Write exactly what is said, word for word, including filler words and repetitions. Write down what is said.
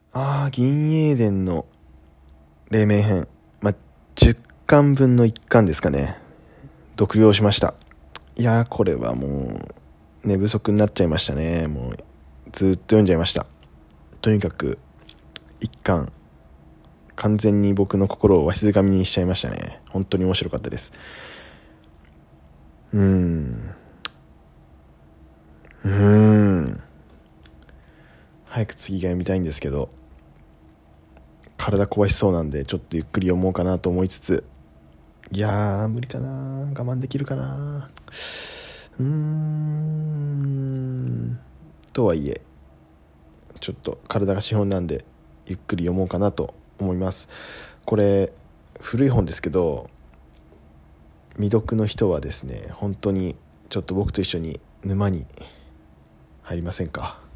ああ、銀英伝の黎明編、まあ、じゅっかんぶんのいっかんですかね、読了しました。いやー、これはもう寝不足になっちゃいましたね。もうずっと読んじゃいました。とにかくいっかん完全に僕の心をわしづかみにしちゃいましたね。本当に面白かったです。うーんうーん早く次が読みたいんですけど、体壊しそうなんでちょっとゆっくり読もうかなと思いつつ、いやー無理かな、我慢できるかな、うーんとはいえちょっと体が資本なんでゆっくり読もうかなと思います。これ古い本ですけど、未読の人はですね、本当にちょっと僕と一緒に沼に入りませんか。